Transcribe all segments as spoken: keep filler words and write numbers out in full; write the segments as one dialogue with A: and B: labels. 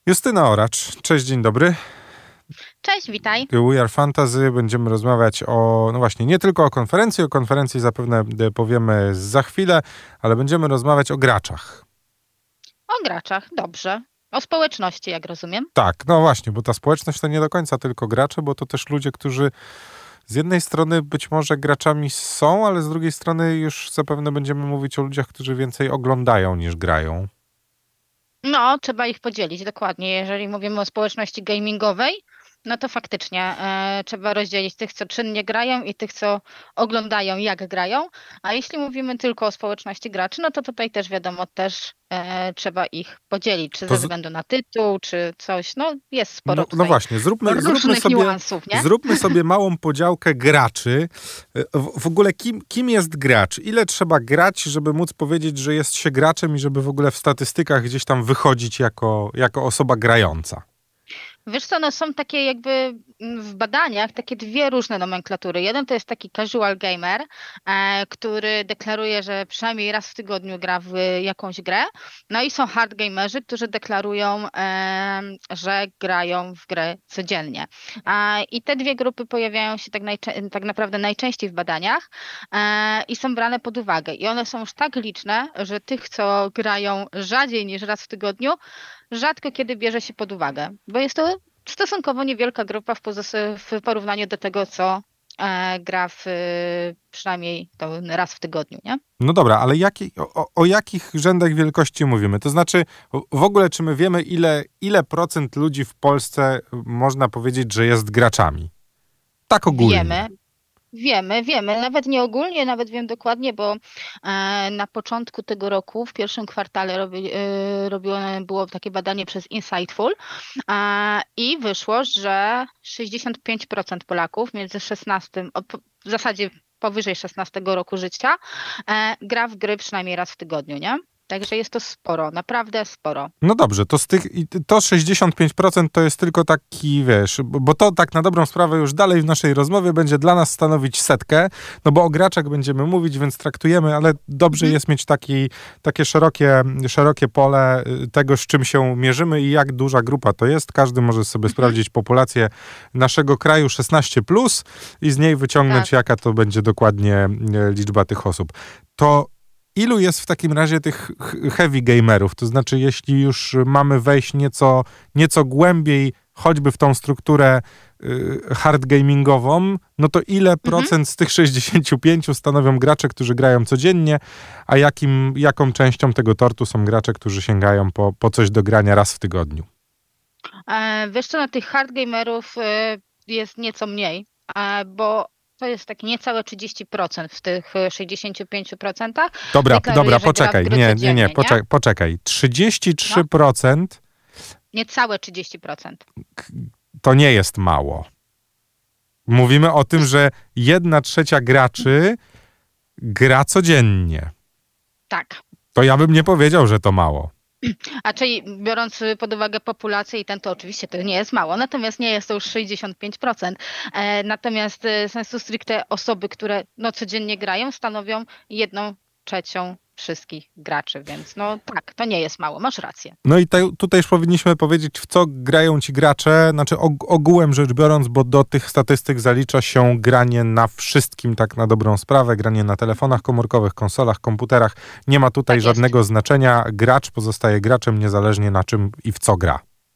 A: Justyna Oracz, cześć, dzień dobry.
B: Cześć, witaj.
A: We Are Fantasy. Będziemy rozmawiać o, no właśnie, nie tylko o konferencji, o konferencji zapewne powiemy za chwilę, ale będziemy rozmawiać o graczach.
B: O graczach, dobrze. O społeczności, jak rozumiem.
A: Tak, no właśnie, bo ta społeczność to nie do końca tylko gracze, bo to też ludzie, którzy z jednej strony być może graczami są, ale z drugiej strony już zapewne będziemy mówić o ludziach, którzy więcej oglądają niż grają.
B: No, trzeba ich podzielić, dokładnie. Jeżeli mówimy o społeczności gamingowej, no to faktycznie e, trzeba rozdzielić tych, co czynnie grają i tych, co oglądają, jak grają. A jeśli mówimy tylko o społeczności graczy, no to tutaj też wiadomo, też e, trzeba ich podzielić, czy
A: To
B: ze
A: z-
B: względu na tytuł, czy coś. No jest sporo
A: No, no
B: tutaj
A: właśnie, zróbmy, zróbmy,
B: różnych
A: sobie,
B: niuansów, nie?
A: zróbmy sobie małą podziałkę graczy. W, w ogóle kim, kim jest gracz? Ile trzeba grać, żeby móc powiedzieć, że jest się graczem i żeby w ogóle w statystykach gdzieś tam wychodzić jako, jako osoba grająca?
B: Wiesz co, no są takie jakby mm, w badaniach takie dwie różne nomenklatury. Jeden to jest taki casual gamer, e, który deklaruje, że przynajmniej raz w tygodniu gra w jakąś grę. No i są hard gamerzy, którzy deklarują, e, że grają w grę codziennie. E, I te dwie grupy pojawiają się tak, najczę- tak naprawdę najczęściej w badaniach e, i są brane pod uwagę. I one są już tak liczne, że tych, co grają rzadziej niż raz w tygodniu, rzadko kiedy bierze się pod uwagę, bo jest to stosunkowo niewielka grupa w, pozos- w porównaniu do tego, co e, gra w, e, przynajmniej to raz w tygodniu, nie?
A: No dobra, ale jaki, o, o jakich rzędach wielkości mówimy? To znaczy, w ogóle czy my wiemy, ile, ile procent ludzi w Polsce można powiedzieć, że jest graczami? Tak ogólnie.
B: Wiemy, wiemy, wiemy, nawet nie ogólnie, nawet wiem dokładnie, bo e, na początku tego roku, w pierwszym kwartale robi, e, robione było takie badanie przez Insightful e, i wyszło, że sześćdziesiąt pięć procent Polaków między szesnastym, o, po- w zasadzie powyżej szesnastego roku życia e, gra w gry przynajmniej raz w tygodniu, nie? Także jest to sporo, naprawdę sporo.
A: No dobrze, to z tych, i to sześćdziesiąt pięć procent to jest tylko taki, wiesz, bo bo to tak na dobrą sprawę już dalej w naszej rozmowie będzie dla nas stanowić setkę, no bo o graczach będziemy mówić, więc traktujemy, ale dobrze
B: Mhm.
A: jest mieć taki, takie szerokie, szerokie pole y, tego, z czym się mierzymy i jak duża grupa to jest. Każdy może sobie
B: Mhm.
A: sprawdzić populację naszego kraju szesnaście plus i z niej wyciągnąć,
B: Tak.
A: jaka to będzie dokładnie e, liczba tych osób. To ilu jest w takim razie tych ch- heavy gamerów? To znaczy, jeśli już mamy wejść nieco, nieco głębiej, choćby w tą strukturę y, hard gamingową, no to ile procent z tych sześćdziesięciu pięciu stanowią gracze, którzy grają codziennie, a jakim, jaką częścią tego tortu są gracze, którzy sięgają po, po coś do grania raz w tygodniu?
B: E, Wiesz co, na tych hard gamerów e, jest nieco mniej, e, bo to jest takie niecałe trzydzieści procent w tych e, sześćdziesięciu pięciu procentach.
A: Dobra,
B: Deklaruje,
A: dobra,
B: że gra w
A: poczekaj.
B: gry
A: Nie, nie,
B: codziennie,
A: nie,
B: nie?
A: poczekaj, poczekaj. trzydzieści trzy procent
B: Niecałe trzydzieści procent.
A: to nie jest mało. Mówimy o tym, że jedna trzecia graczy gra codziennie.
B: Tak.
A: To ja bym nie powiedział, że to mało.
B: A czyli biorąc pod uwagę populację i ten, to oczywiście to nie jest mało, natomiast nie jest to już sześćdziesiąt pięć procent. E, natomiast e, sensu stricte osoby, które no, codziennie grają, stanowią jedną trzecią wszystkich graczy, więc no tak, to nie jest mało, masz rację.
A: No i te, tutaj już powinniśmy powiedzieć, w co grają ci gracze, znaczy og- ogółem rzecz biorąc, bo do tych statystyk zalicza się granie na wszystkim, tak na dobrą sprawę, granie na telefonach komórkowych, konsolach, komputerach. Nie ma tutaj
B: Tak jest.
A: żadnego znaczenia. Gracz pozostaje graczem niezależnie na czym i w co gra.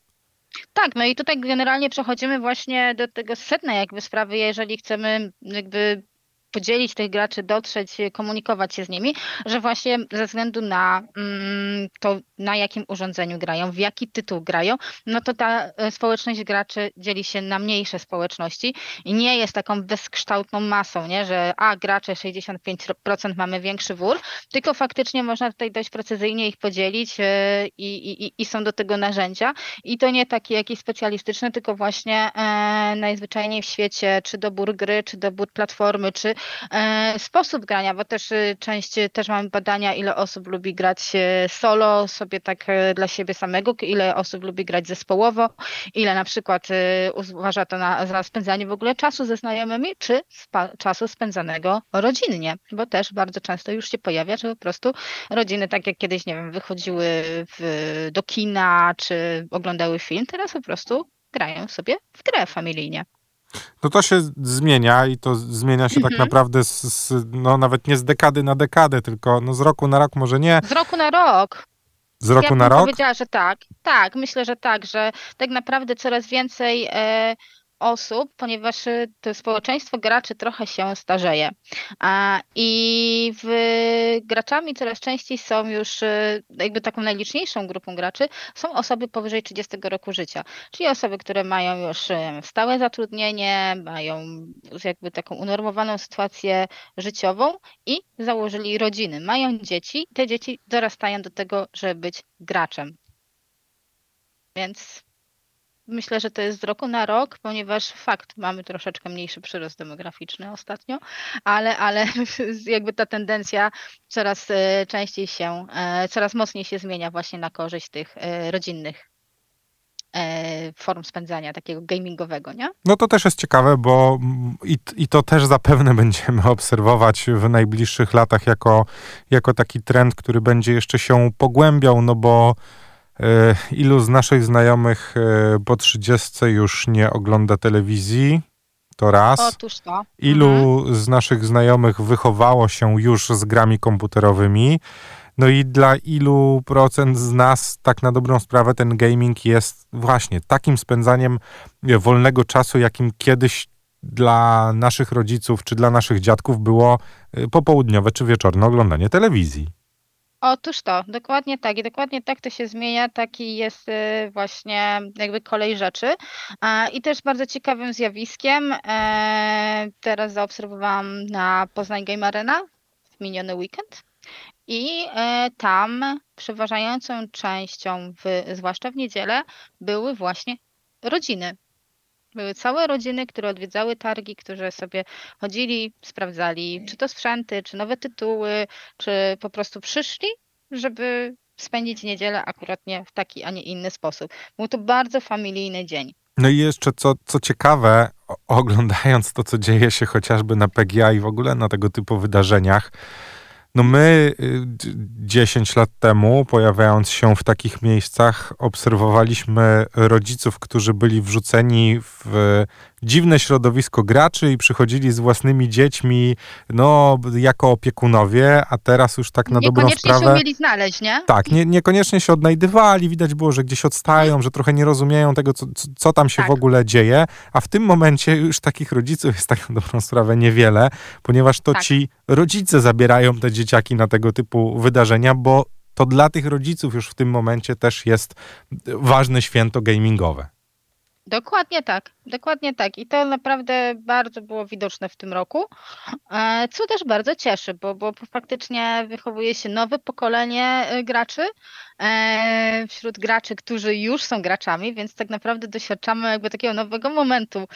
B: Tak, no i tutaj generalnie przechodzimy właśnie do tego sedna jakby sprawy, jeżeli chcemy jakby podzielić tych graczy, dotrzeć, komunikować się z nimi, że właśnie ze względu na mm, to, na jakim urządzeniu grają, w jaki tytuł grają, no to ta e, społeczność graczy dzieli się na mniejsze społeczności i nie jest taką bezkształtną masą, nie, że a gracze sześćdziesiąt pięć procent mamy większy wór, tylko faktycznie można tutaj dość precyzyjnie ich podzielić e, i, i, i są do tego narzędzia i to nie takie jakieś specjalistyczne, tylko właśnie e, najzwyczajniej w świecie, czy dobór gry, czy dobór platformy, czy e, sposób grania, bo też e, część też mamy badania, ile osób lubi grać e, solo, sobie tak e, dla siebie samego, ile osób lubi grać zespołowo, ile na przykład e, uważa to na, za spędzanie w ogóle czasu ze znajomymi, czy spa, czasu spędzanego rodzinnie, bo też bardzo często już się pojawia, że po prostu rodziny, tak jak kiedyś, nie wiem, wychodziły w, do kina, czy oglądały film, teraz po prostu grają sobie w grę familijnie.
A: No to się zmienia i to zmienia się tak
B: Mhm.
A: naprawdę z, z, no nawet nie z dekady na dekadę, tylko no z roku na rok może nie.
B: Z roku na rok.
A: Z roku
B: Ja
A: na
B: bym
A: rok?
B: powiedziała, że tak. Tak, myślę, że tak, że tak naprawdę coraz więcej e, osób, ponieważ e, to społeczeństwo graczy trochę się starzeje. A, I w, graczami coraz częściej są już e, jakby taką najliczniejszą grupą graczy są osoby powyżej trzydziestego roku życia. Czyli osoby, które mają już e, stałe zatrudnienie, mają jakby taką unormowaną sytuację życiową i założyli rodziny, mają dzieci. Te dzieci dorastają do tego, żeby być graczem. Więc myślę, że to jest z roku na rok, ponieważ fakt, mamy troszeczkę mniejszy przyrost demograficzny ostatnio, ale, ale jakby ta tendencja coraz e, częściej się, e, coraz mocniej się zmienia właśnie na korzyść tych e, rodzinnych e, form spędzania, takiego gamingowego, nie?
A: No to też jest ciekawe, bo mm, i, i to też zapewne będziemy obserwować w najbliższych latach jako, jako taki trend, który będzie jeszcze się pogłębiał, no bo e, ilu z naszych znajomych e, po trzydziestce już nie ogląda telewizji, to raz.
B: Otóż to.
A: Ilu
B: Mhm.
A: z naszych znajomych wychowało się już z grami komputerowymi, no i dla ilu procent z nas tak na dobrą sprawę ten gaming jest właśnie takim spędzaniem wolnego czasu, jakim kiedyś dla naszych rodziców czy dla naszych dziadków było y, popołudniowe czy wieczorne oglądanie telewizji.
B: Otóż to, dokładnie tak i dokładnie tak to się zmienia, taki jest y, właśnie jakby kolej rzeczy. A, I też bardzo ciekawym zjawiskiem e, teraz zaobserwowałam na Poznań Game Arena w miniony weekend i e, tam przeważającą częścią, w, zwłaszcza w niedzielę, były właśnie rodziny. Były całe rodziny, które odwiedzały targi, którzy sobie chodzili, sprawdzali, czy to sprzęty, czy nowe tytuły, czy po prostu przyszli, żeby spędzić niedzielę akurat nie w taki, a nie inny sposób. Był to bardzo familijny dzień.
A: No i jeszcze co, co ciekawe, o, oglądając to, co dzieje się chociażby na P G A i w ogóle na tego typu wydarzeniach, no my y, dziesięć lat temu, pojawiając się w takich miejscach, obserwowaliśmy rodziców, którzy byli wrzuceni w dziwne środowisko graczy i przychodzili z własnymi dziećmi, no, jako opiekunowie, a teraz już tak na dobrą
B: Niekoniecznie się
A: sprawę...
B: umieli znaleźć, nie?
A: Tak, nie, niekoniecznie się odnajdywali, widać było, że gdzieś odstają, że trochę nie rozumieją tego, co, co- co tam się
B: Tak.
A: w ogóle dzieje, a w tym momencie już takich rodziców jest tak na dobrą sprawę niewiele, ponieważ to
B: Tak.
A: ci rodzice zabierają te dzieciaki na tego typu wydarzenia, bo to dla tych rodziców już w tym momencie też jest ważne święto gamingowe.
B: Dokładnie tak, dokładnie tak. I to naprawdę bardzo było widoczne w tym roku, e, co też bardzo cieszy, bo, bo faktycznie wychowuje się nowe pokolenie e, graczy, e, wśród graczy, którzy już są graczami, więc tak naprawdę doświadczamy jakby takiego nowego momentu e,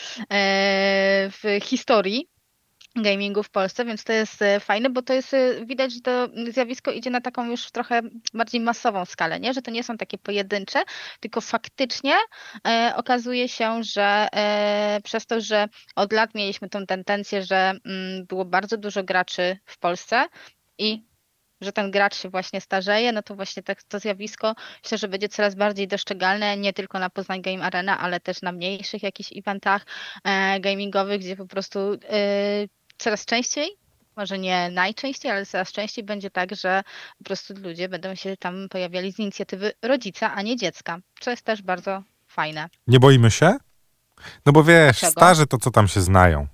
B: w historii gamingu w Polsce, więc to jest e, fajne, bo to jest, e, widać, że to zjawisko idzie na taką już trochę bardziej masową skalę, nie? Że to nie są takie pojedyncze, tylko faktycznie e, okazuje się, że e, przez to, że od lat mieliśmy tą tendencję, że mm, było bardzo dużo graczy w Polsce i że ten gracz się właśnie starzeje, no to właśnie tak to zjawisko myślę, że będzie coraz bardziej dostrzegalne, nie tylko na Poznań Game Arena, ale też na mniejszych jakichś eventach e, gamingowych, gdzie po prostu e, coraz częściej, może nie najczęściej, ale coraz częściej będzie tak, że po prostu ludzie będą się tam pojawiali z inicjatywy rodzica, a nie dziecka, co jest też bardzo fajne.
A: Nie boimy się? No bo wiesz,
B: Dlaczego?
A: starzy to co tam się znają.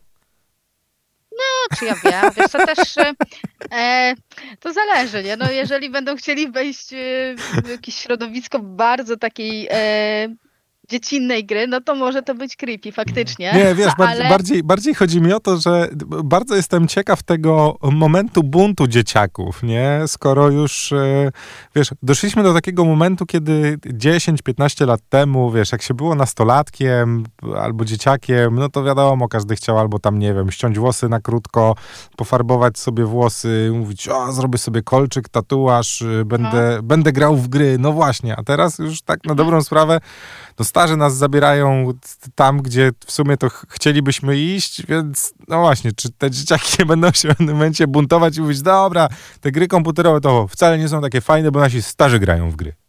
B: No, czy ja wiem, wiesz co, też e, to zależy, nie? No, jeżeli będą chcieli wejść e, w jakieś środowisko bardzo takiej e, dziecinnej gry, no to może to być creepy faktycznie.
A: Nie, wiesz,
B: ale...
A: bardziej, bardziej, bardziej chodzi mi o to, że bardzo jestem ciekaw tego momentu buntu dzieciaków, nie? Skoro już, wiesz, doszliśmy do takiego momentu, kiedy dziesięć piętnaście lat temu, wiesz, jak się było nastolatkiem albo dzieciakiem, no to wiadomo, każdy chciał albo tam, nie wiem, ściąć włosy na krótko, pofarbować sobie włosy, mówić, o, zrobię sobie kolczyk, tatuaż, będę, no. będę grał w gry. No właśnie, a teraz już tak na dobrą sprawę, no starzy nas zabierają tam, gdzie w sumie to ch- chcielibyśmy iść, więc no właśnie, czy te dzieciaki nie będą się w pewnym momencie buntować i mówić, dobra, te gry komputerowe to wcale nie są takie fajne, bo nasi starzy grają w gry.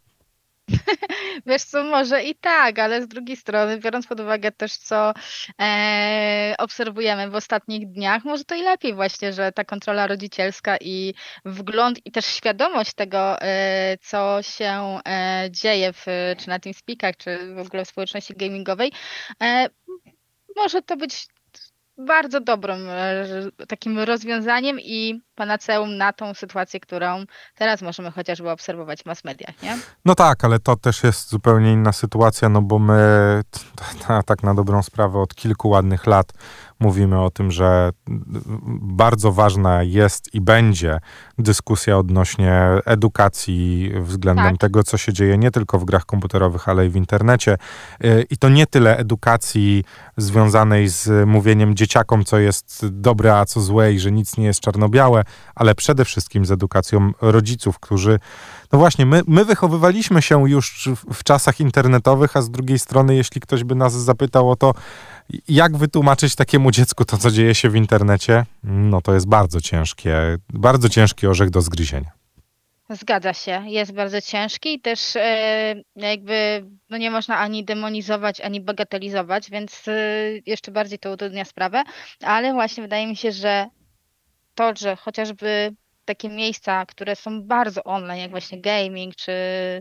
B: Wiesz co, może i tak, ale z drugiej strony, biorąc pod uwagę też, co e, obserwujemy w ostatnich dniach, może to i lepiej właśnie, że ta kontrola rodzicielska i wgląd i też świadomość tego, e, co się e, dzieje w, czy na TeamSpeakach, czy w ogóle w społeczności gamingowej, e, może to być bardzo dobrym e, takim rozwiązaniem i panaceum na tą sytuację, którą teraz możemy chociażby obserwować w mass mediach, nie?
A: No tak, ale to też jest zupełnie inna sytuacja, no bo my t- t- tak na dobrą sprawę od kilku ładnych lat mówimy o tym, że bardzo ważna jest i będzie dyskusja odnośnie edukacji względem
B: Tak.
A: tego, co się dzieje nie tylko w grach komputerowych, ale i w internecie. I to nie tyle edukacji związanej z mówieniem dzieciakom, co jest dobre, a co złe i że nic nie jest czarno-białe, ale przede wszystkim z edukacją rodziców, którzy, no właśnie, my, my wychowywaliśmy się już w, w czasach internetowych, a z drugiej strony, jeśli ktoś by nas zapytał o to, jak wytłumaczyć takiemu dziecku to, co dzieje się w internecie, no to jest bardzo ciężkie, bardzo ciężki orzech do zgryzienia.
B: Zgadza się, jest bardzo ciężki i też e, jakby no nie można ani demonizować, ani bagatelizować, więc e, jeszcze bardziej to utrudnia sprawę, ale właśnie wydaje mi się, że to, że chociażby takie miejsca, które są bardzo online, jak właśnie gaming, czy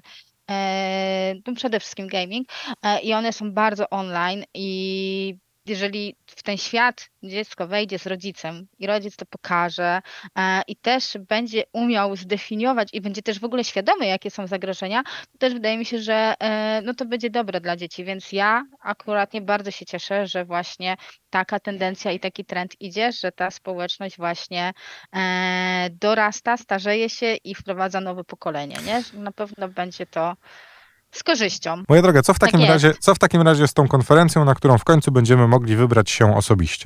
B: e, no przede wszystkim gaming, e, i one są bardzo online i jeżeli w ten świat dziecko wejdzie z rodzicem i rodzic to pokaże e, i też będzie umiał zdefiniować i będzie też w ogóle świadomy, jakie są zagrożenia, to też wydaje mi się, że e, no to będzie dobre dla dzieci, więc ja akurat nie bardzo się cieszę, że właśnie taka tendencja i taki trend idzie, że ta społeczność właśnie e, dorasta, starzeje się i wprowadza nowe pokolenie, nie? Że na pewno będzie to z korzyścią.
A: Moja droga, co w takim
B: Tak jest.
A: razie, co w takim razie z tą konferencją, na którą w końcu będziemy mogli wybrać się osobiście?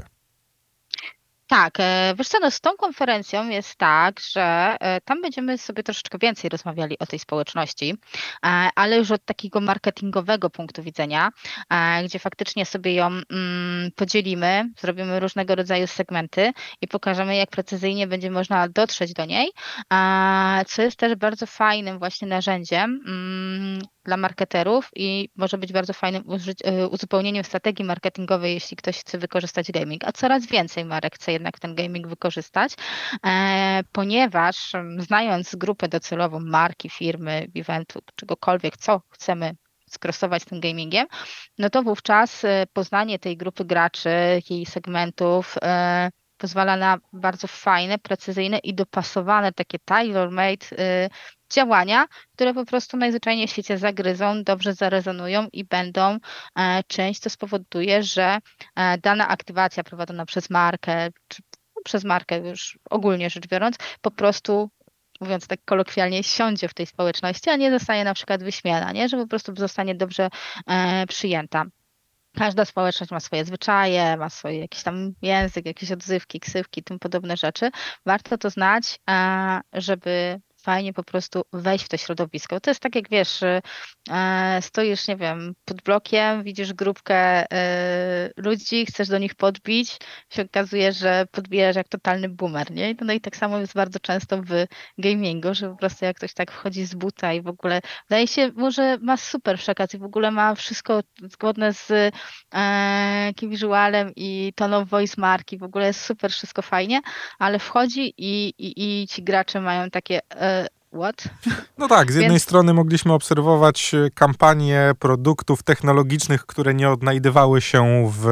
B: Tak, e, wiesz co, no z tą konferencją jest tak, że e, tam będziemy sobie troszeczkę więcej rozmawiali o tej społeczności, e, ale już od takiego marketingowego punktu widzenia, e, gdzie faktycznie sobie ją mm, podzielimy, zrobimy różnego rodzaju segmenty i pokażemy, jak precyzyjnie będzie można dotrzeć do niej, e, co jest też bardzo fajnym właśnie narzędziem mm, dla marketerów i może być bardzo fajnym uży- e, uzupełnieniem strategii marketingowej, jeśli ktoś chce wykorzystać gaming, a coraz więcej marek chce jednak ten gaming wykorzystać, e, ponieważ m, znając grupę docelową marki, firmy, eventu, czegokolwiek, co chcemy skrosować tym gamingiem, no to wówczas e, poznanie tej grupy graczy, jej segmentów e, pozwala na bardzo fajne, precyzyjne i dopasowane takie tailor-made e, działania, które po prostu najzwyczajniej w świecie zagryzą, dobrze zarezonują i będą e, czymś, co spowoduje, że e, dana aktywacja prowadzona przez markę, czy no, przez markę już ogólnie rzecz biorąc, po prostu, mówiąc tak kolokwialnie, siądzie w tej społeczności, a nie zostanie na przykład wyśmiana, nie? Że po prostu zostanie dobrze e, przyjęta. Każda społeczność ma swoje zwyczaje, ma swój jakiś tam język, jakieś odzywki, ksywki, tym podobne rzeczy. Warto to znać, e, żeby fajnie po prostu wejść w to środowisko. To jest tak jak wiesz, e, stoisz, nie wiem, pod blokiem, widzisz grupkę e, ludzi, chcesz do nich podbić, się okazuje, że podbijasz jak totalny boomer, nie? I to, no i tak samo jest bardzo często w gamingu, że po prostu jak ktoś tak wchodzi z buta i w ogóle wydaje się, może ma super przekaz i w ogóle ma wszystko zgodne z e, wizualem i toną voice marki, w ogóle jest super, wszystko fajnie, ale wchodzi i, i, i ci gracze mają takie e, what?
A: No tak, z jednej
B: Więc...
A: strony mogliśmy obserwować kampanie produktów technologicznych, które nie odnajdywały się w,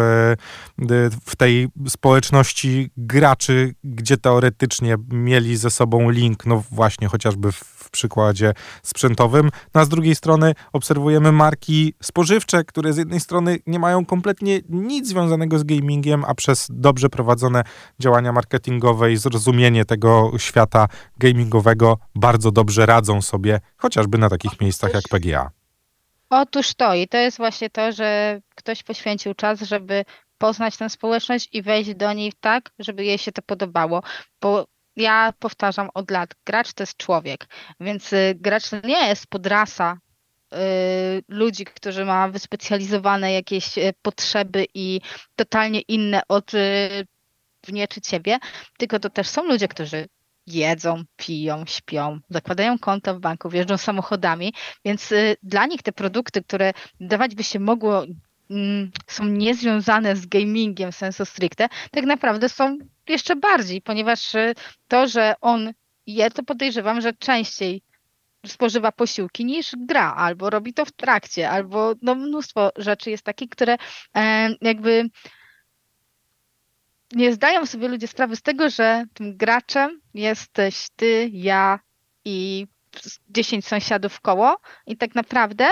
A: w tej społeczności graczy, gdzie teoretycznie mieli ze sobą link, no właśnie chociażby w przykładzie sprzętowym. No a z drugiej strony obserwujemy marki spożywcze, które z jednej strony nie mają kompletnie nic związanego z gamingiem, a przez dobrze prowadzone działania marketingowe i zrozumienie tego świata gamingowego bardzo dobrze radzą sobie, chociażby na takich miejscach jak P G A.
B: Otóż to i to jest właśnie to, że ktoś poświęcił czas, żeby poznać tę społeczność i wejść do niej tak, żeby jej się to podobało, bo ja powtarzam od lat, gracz to jest człowiek, więc y, gracz to nie jest podrasa y, ludzi, którzy ma wyspecjalizowane jakieś y, potrzeby i totalnie inne od y, mnie czy ciebie, tylko to też są ludzie, którzy jedzą, piją, śpią, zakładają konta w banku, jeżdżą samochodami, więc y, dla nich te produkty, które dawać by się mogło, mm, są niezwiązane z gamingiem sensu stricte, tak naprawdę są jeszcze bardziej, ponieważ y, to, że on je, to podejrzewam, że częściej spożywa posiłki niż gra, albo robi to w trakcie, albo no, mnóstwo rzeczy jest takich, które e, jakby nie zdają sobie ludzie sprawy z tego, że tym graczem jesteś ty, ja i dziesięć sąsiadów koło i tak naprawdę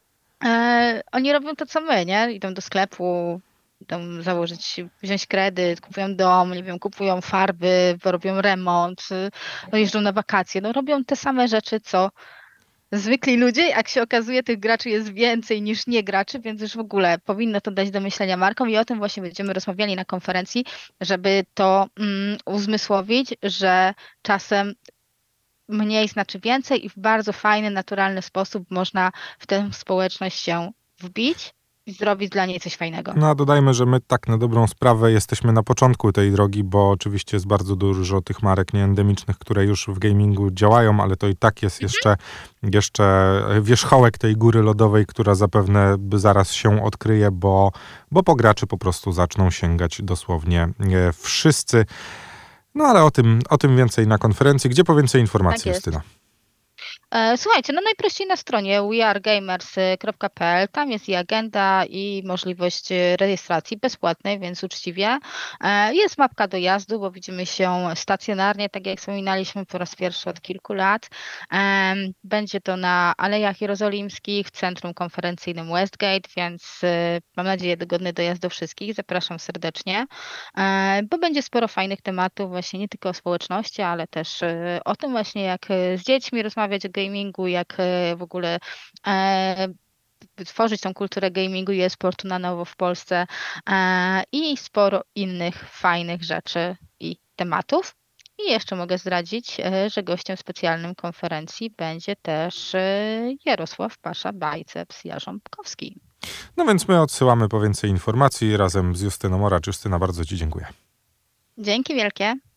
B: e, oni robią to, co my, nie? Idą do sklepu, idą założyć, wziąć kredyt, kupują dom, nie wiem, kupują farby, robią remont, no, jeżdżą na wakacje, no robią te same rzeczy, co zwykli ludzie, jak się okazuje, tych graczy jest więcej niż nie graczy, więc już w ogóle powinno to dać do myślenia markom i o tym właśnie będziemy rozmawiali na konferencji, żeby to mm, uzmysłowić, że czasem mniej znaczy więcej i w bardzo fajny, naturalny sposób można w tę społeczność się wbić i zrobić dla niej coś fajnego.
A: No a dodajmy, że my tak na dobrą sprawę jesteśmy na początku tej drogi, bo oczywiście jest bardzo dużo tych marek nieendemicznych, które już w gamingu działają, ale to i tak jest mhm. jeszcze, jeszcze wierzchołek tej góry lodowej, która zapewne zaraz się odkryje, bo, bo po graczy po prostu zaczną sięgać dosłownie wszyscy. No ale o tym, o tym więcej na konferencji. Gdzie po więcej informacji, tak Justyna?
B: Słuchajcie, no najprościej na stronie we are gamers kropka p l, tam jest i agenda i możliwość rejestracji bezpłatnej, więc uczciwie. Jest mapka dojazdu, bo widzimy się stacjonarnie, tak jak wspominaliśmy po raz pierwszy od kilku lat. Będzie to na Alejach Jerozolimskich w centrum konferencyjnym Westgate, więc mam nadzieję dogodny dojazd do wszystkich. Zapraszam serdecznie, bo będzie sporo fajnych tematów, właśnie nie tylko o społeczności, ale też o tym właśnie, jak z dziećmi rozmawiać o gamingu, jak w ogóle e, tworzyć tą kulturę gamingu i e-sportu na nowo w Polsce e, i sporo innych fajnych rzeczy i tematów. I jeszcze mogę zdradzić, e, że gościem specjalnym konferencji będzie też e, Jarosław Pasza Bajceps Jarząbkowski.
A: No więc my odsyłamy po więcej informacji razem z Justyną Oracz. Justyna, bardzo ci dziękuję.
B: Dzięki wielkie.